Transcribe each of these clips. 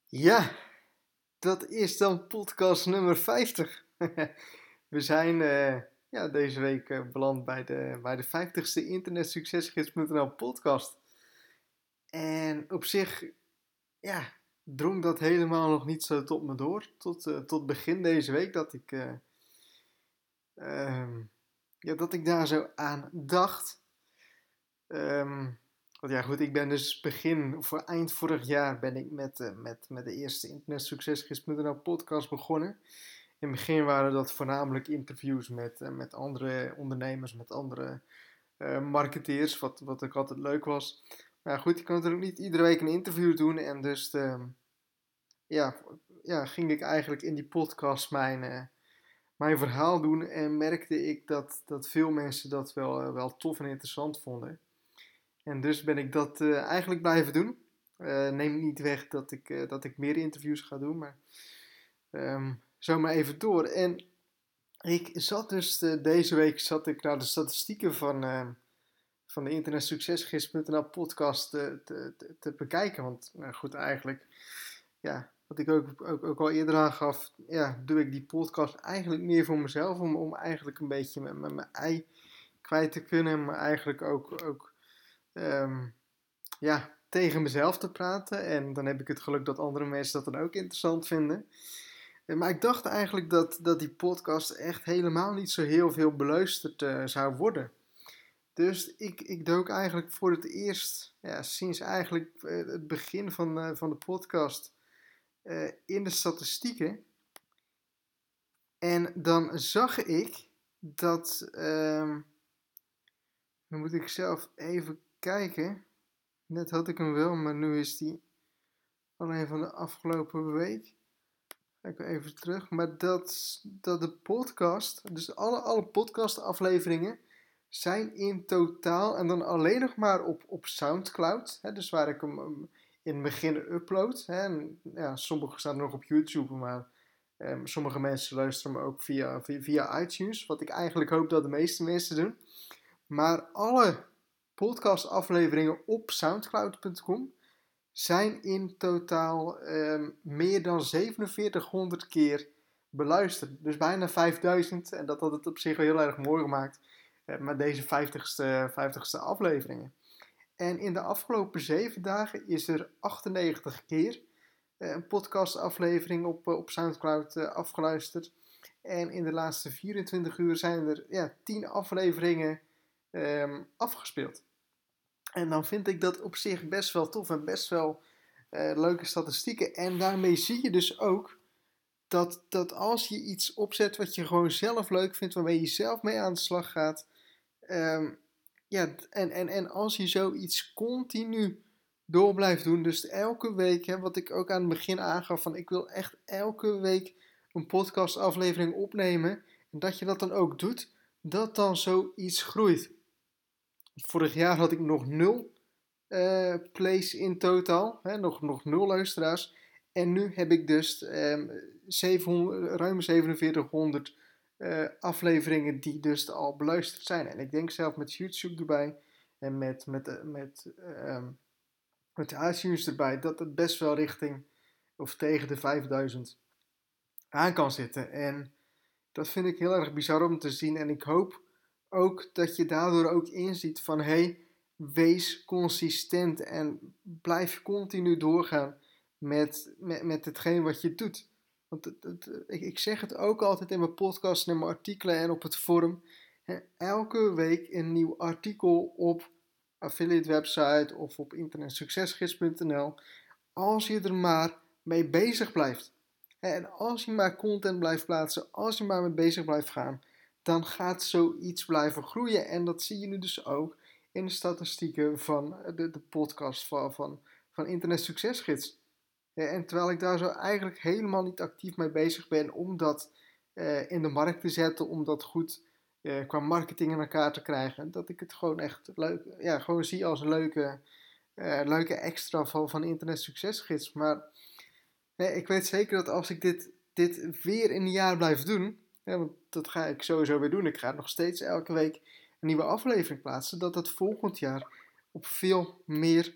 Ja, dat is dan podcast nummer 50. We zijn deze week beland bij de 50ste internetsuccesgids.nl podcast. En op zich, ja, drong dat helemaal nog niet zo tot me door. Tot begin deze week dat ik daar zo aan dacht. Want ja, goed, ik ben dus eind vorig jaar ben ik met de eerste internetsuccesgids.nl podcast begonnen. In het begin waren dat voornamelijk interviews met andere ondernemers, met andere marketeers, wat ook altijd leuk was. Maar ja, goed, je kan natuurlijk niet iedere week een interview doen en dus ja, ging ik eigenlijk in die podcast mijn verhaal doen en merkte ik dat veel mensen dat wel tof en interessant vonden. En dus ben ik dat eigenlijk blijven doen. Neem niet weg dat ik meer interviews ga doen, maar zo maar even door. En ik zat dus deze week naar de statistieken van de internetsuccesgids.nl podcast te bekijken. Want nou goed, eigenlijk, ja, wat ik ook al eerder aangaf, ja, doe ik die podcast eigenlijk meer voor mezelf. Om eigenlijk een beetje met mijn ei kwijt te kunnen. Maar eigenlijk ook tegen mezelf te praten. En dan heb ik het geluk dat andere mensen dat dan ook interessant vinden. Maar ik dacht eigenlijk dat die podcast echt helemaal niet zo heel veel beluisterd zou worden. Dus ik dook eigenlijk voor het eerst, ja, sinds eigenlijk het begin van de podcast, in de statistieken. En dan zag ik dat, dan moet ik zelf even kijken. Net had ik hem wel, maar nu is die alleen van de afgelopen week. Ga ik even terug. Maar dat de podcast, dus alle podcastafleveringen, zijn in totaal, en dan alleen nog maar op Soundcloud. Hè, dus waar ik hem in het begin upload. Hè, en, ja, sommige staan nog op YouTube, maar sommige mensen luisteren me ook via iTunes. Wat ik eigenlijk hoop dat de meeste mensen doen. Maar alle podcastafleveringen op soundcloud.com zijn in totaal meer dan 4700 keer beluisterd. Dus bijna 5000. En dat had het op zich wel heel erg mooi gemaakt met deze 50ste afleveringen. En in de afgelopen 7 dagen is er 98 keer een podcastaflevering op Soundcloud afgeluisterd. En in de laatste 24 uur zijn er 10 afleveringen afgespeeld. En dan vind ik dat op zich best wel tof en best wel leuke statistieken. En daarmee zie je dus ook dat als je iets opzet wat je gewoon zelf leuk vindt, waarmee je zelf mee aan de slag gaat. En als je zoiets continu door blijft doen, dus elke week, hè, wat ik ook aan het begin aangaf, van ik wil echt elke week een podcastaflevering opnemen. En dat je dat dan ook doet, dat dan zoiets groeit. Vorig jaar had ik nog 0 plays in totaal. Hè, nog 0 luisteraars. En nu heb ik dus ruim 4700 afleveringen die dus al beluisterd zijn. En ik denk zelf met YouTube erbij en met iTunes erbij dat het best wel richting of tegen de 5000 aan kan zitten. En dat vind ik heel erg bizar om te zien. En ik hoop ook dat je daardoor ook inziet van wees consistent en blijf continu doorgaan met hetgeen wat je doet. Want ik zeg het ook altijd in mijn podcast en in mijn artikelen en op het forum. Elke week een nieuw artikel op affiliate website of op internetsuccesgids.nl. Als je er maar mee bezig blijft. En als je maar content blijft plaatsen, als je maar mee bezig blijft gaan, dan gaat zoiets blijven groeien. En dat zie je nu dus ook in de statistieken van de podcast van Internet Succesgids. En terwijl ik daar zo eigenlijk helemaal niet actief mee bezig ben om dat in de markt te zetten, om dat goed qua marketing in elkaar te krijgen, dat ik het gewoon echt leuk, ja, gewoon zie als een leuke extra van Internet Succesgids. Maar ik weet zeker dat als ik dit weer in een jaar blijf doen, want dat ga ik sowieso weer doen, ik ga nog steeds elke week een nieuwe aflevering plaatsen, dat het volgend jaar op veel meer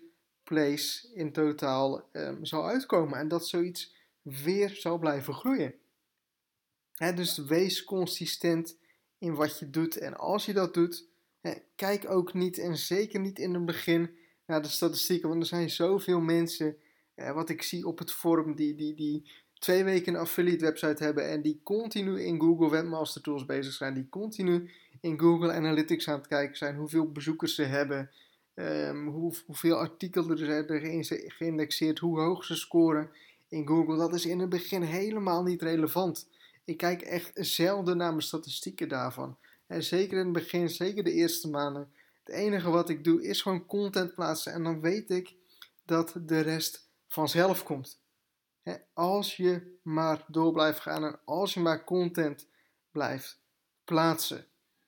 plays in totaal zal uitkomen. En dat zoiets weer zal blijven groeien. Dus wees consistent in wat je doet. En als je dat doet, kijk ook niet en zeker niet in het begin naar de statistieken. Want er zijn zoveel mensen, wat ik zie op het forum, die 2 weken een affiliate website hebben en die continu in Google Webmaster Tools bezig zijn. Die continu in Google Analytics aan het kijken zijn. Hoeveel bezoekers ze hebben. Hoeveel artikelen er erin geïndexeerd. Hoe hoog ze scoren in Google. Dat is in het begin helemaal niet relevant. Ik kijk echt zelden naar mijn statistieken daarvan. En zeker in het begin, zeker de eerste maanden. Het enige wat ik doe is gewoon content plaatsen. En dan weet ik dat de rest vanzelf komt. Als je maar door blijft gaan en als je maar content blijft plaatsen.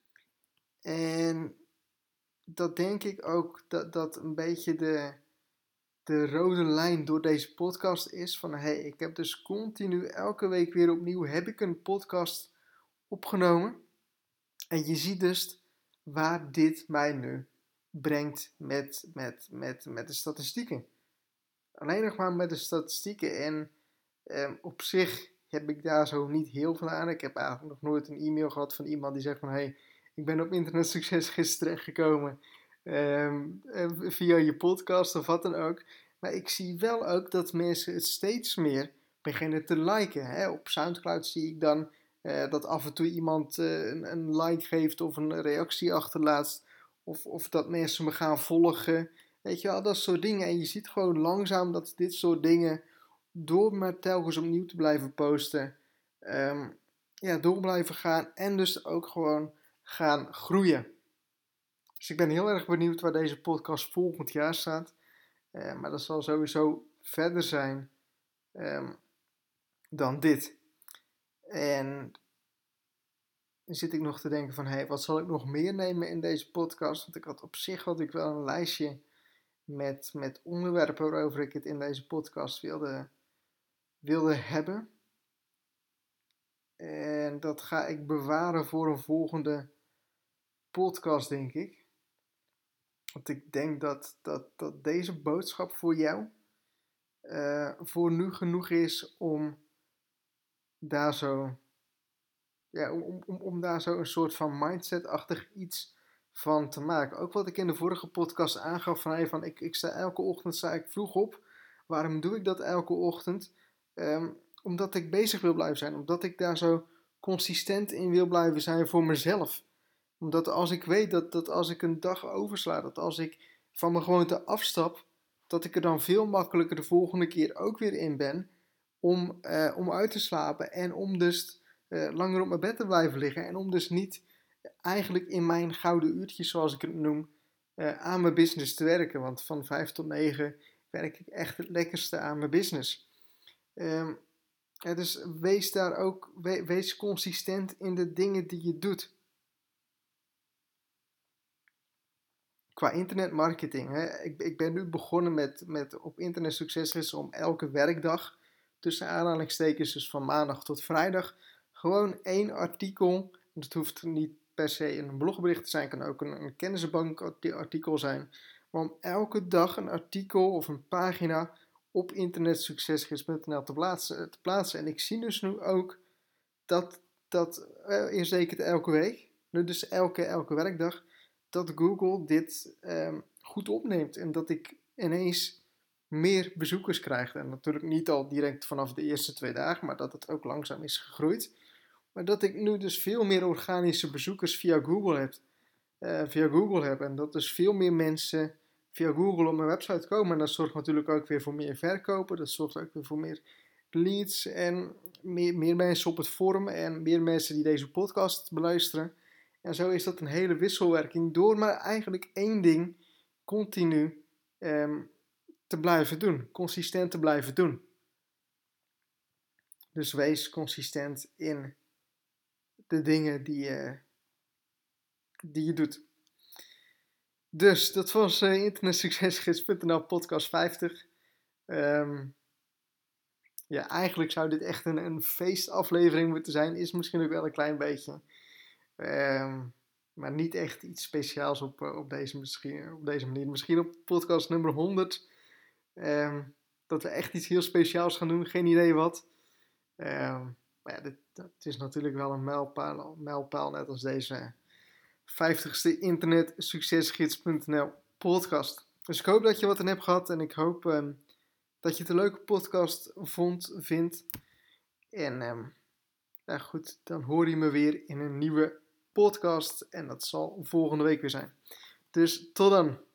En dat denk ik ook dat een beetje de rode lijn door deze podcast is van ik heb dus continu elke week weer opnieuw heb ik een podcast opgenomen. En je ziet dus waar dit mij nu brengt met de statistieken. Alleen nog maar met de statistieken. En op zich heb ik daar zo niet heel veel aan. Ik heb eigenlijk nog nooit een e-mail gehad van iemand die zegt van ik ben op Internet Success terechtgekomen via je podcast of wat dan ook. Maar ik zie wel ook dat mensen het steeds meer beginnen te liken. Op Soundcloud zie ik dan dat af en toe iemand een like geeft of een reactie achterlaat. Of dat mensen me gaan volgen. Weet je wel, dat soort dingen. En je ziet gewoon langzaam dat dit soort dingen, door maar telkens opnieuw te blijven posten, door blijven gaan en dus ook gewoon gaan groeien. Dus ik ben heel erg benieuwd waar deze podcast volgend jaar staat. Maar dat zal sowieso verder zijn dan dit. En dan zit ik nog te denken van wat zal ik nog meer nemen in deze podcast? Want ik had op zich wel een lijstje met onderwerpen waarover ik het in deze podcast wilde hebben. En dat ga ik bewaren voor een volgende podcast, denk ik. Want ik denk dat deze boodschap voor jou voor nu genoeg is om daar zo om daar zo een soort van mindset-achtig iets van te maken. Ook wat ik in de vorige podcast aangaf van ik sta elke ochtend vroeg op. Waarom doe ik dat elke ochtend? Omdat ik bezig wil blijven zijn. Omdat ik daar zo consistent in wil blijven zijn voor mezelf. Omdat als ik weet dat als ik een dag oversla, dat als ik van mijn gewoonte afstap, dat ik er dan veel makkelijker de volgende keer ook weer in ben om uit te slapen en om dus langer op mijn bed te blijven liggen. En om dus niet eigenlijk in mijn gouden uurtjes, zoals ik het noem, aan mijn business te werken. Want van 5 tot 9 werk ik echt het lekkerste aan mijn business. Dus wees consistent in de dingen die je doet. Qua internetmarketing. Ik ben nu begonnen met op Internet Success om elke werkdag, tussen aanhalingstekens, dus van maandag tot vrijdag, gewoon 1 artikel. Het hoeft niet per se een blogbericht te zijn, kan ook een kennisbank artikel zijn. Maar om elke dag een artikel of een pagina op internetsuccesgids.nl te plaatsen. En ik zie dus nu ook dat eerst zeker elke week, nu dus elke werkdag, dat Google dit goed opneemt. En dat ik ineens meer bezoekers krijg. En natuurlijk niet al direct vanaf de eerste 2 dagen, maar dat het ook langzaam is gegroeid. Maar dat ik nu dus veel meer organische bezoekers via Google heb. En dat dus veel meer mensen via Google op mijn website komen. En dat zorgt natuurlijk ook weer voor meer verkopen. Dat zorgt ook weer voor meer leads en meer mensen op het forum en meer mensen die deze podcast beluisteren. En zo is dat een hele wisselwerking door maar eigenlijk 1 ding continu te blijven doen. Consistent te blijven doen. Dus wees consistent in de dingen die je doet. Dus dat was internetsuccesgids.nl podcast 50. Eigenlijk zou dit echt een feestaflevering moeten zijn. Is misschien ook wel een klein beetje. Maar niet echt iets speciaals op deze manier. Misschien op podcast nummer 100 Dat we echt iets heel speciaals gaan doen. Geen idee wat. Maar ja, dat is natuurlijk wel een mijlpaal net als deze 50ste internetsuccesgids.nl podcast. Dus ik hoop dat je wat aan hebt gehad en ik hoop dat je het een leuke podcast vindt. En ja goed, dan hoor je me weer in een nieuwe podcast en dat zal volgende week weer zijn. Dus tot dan!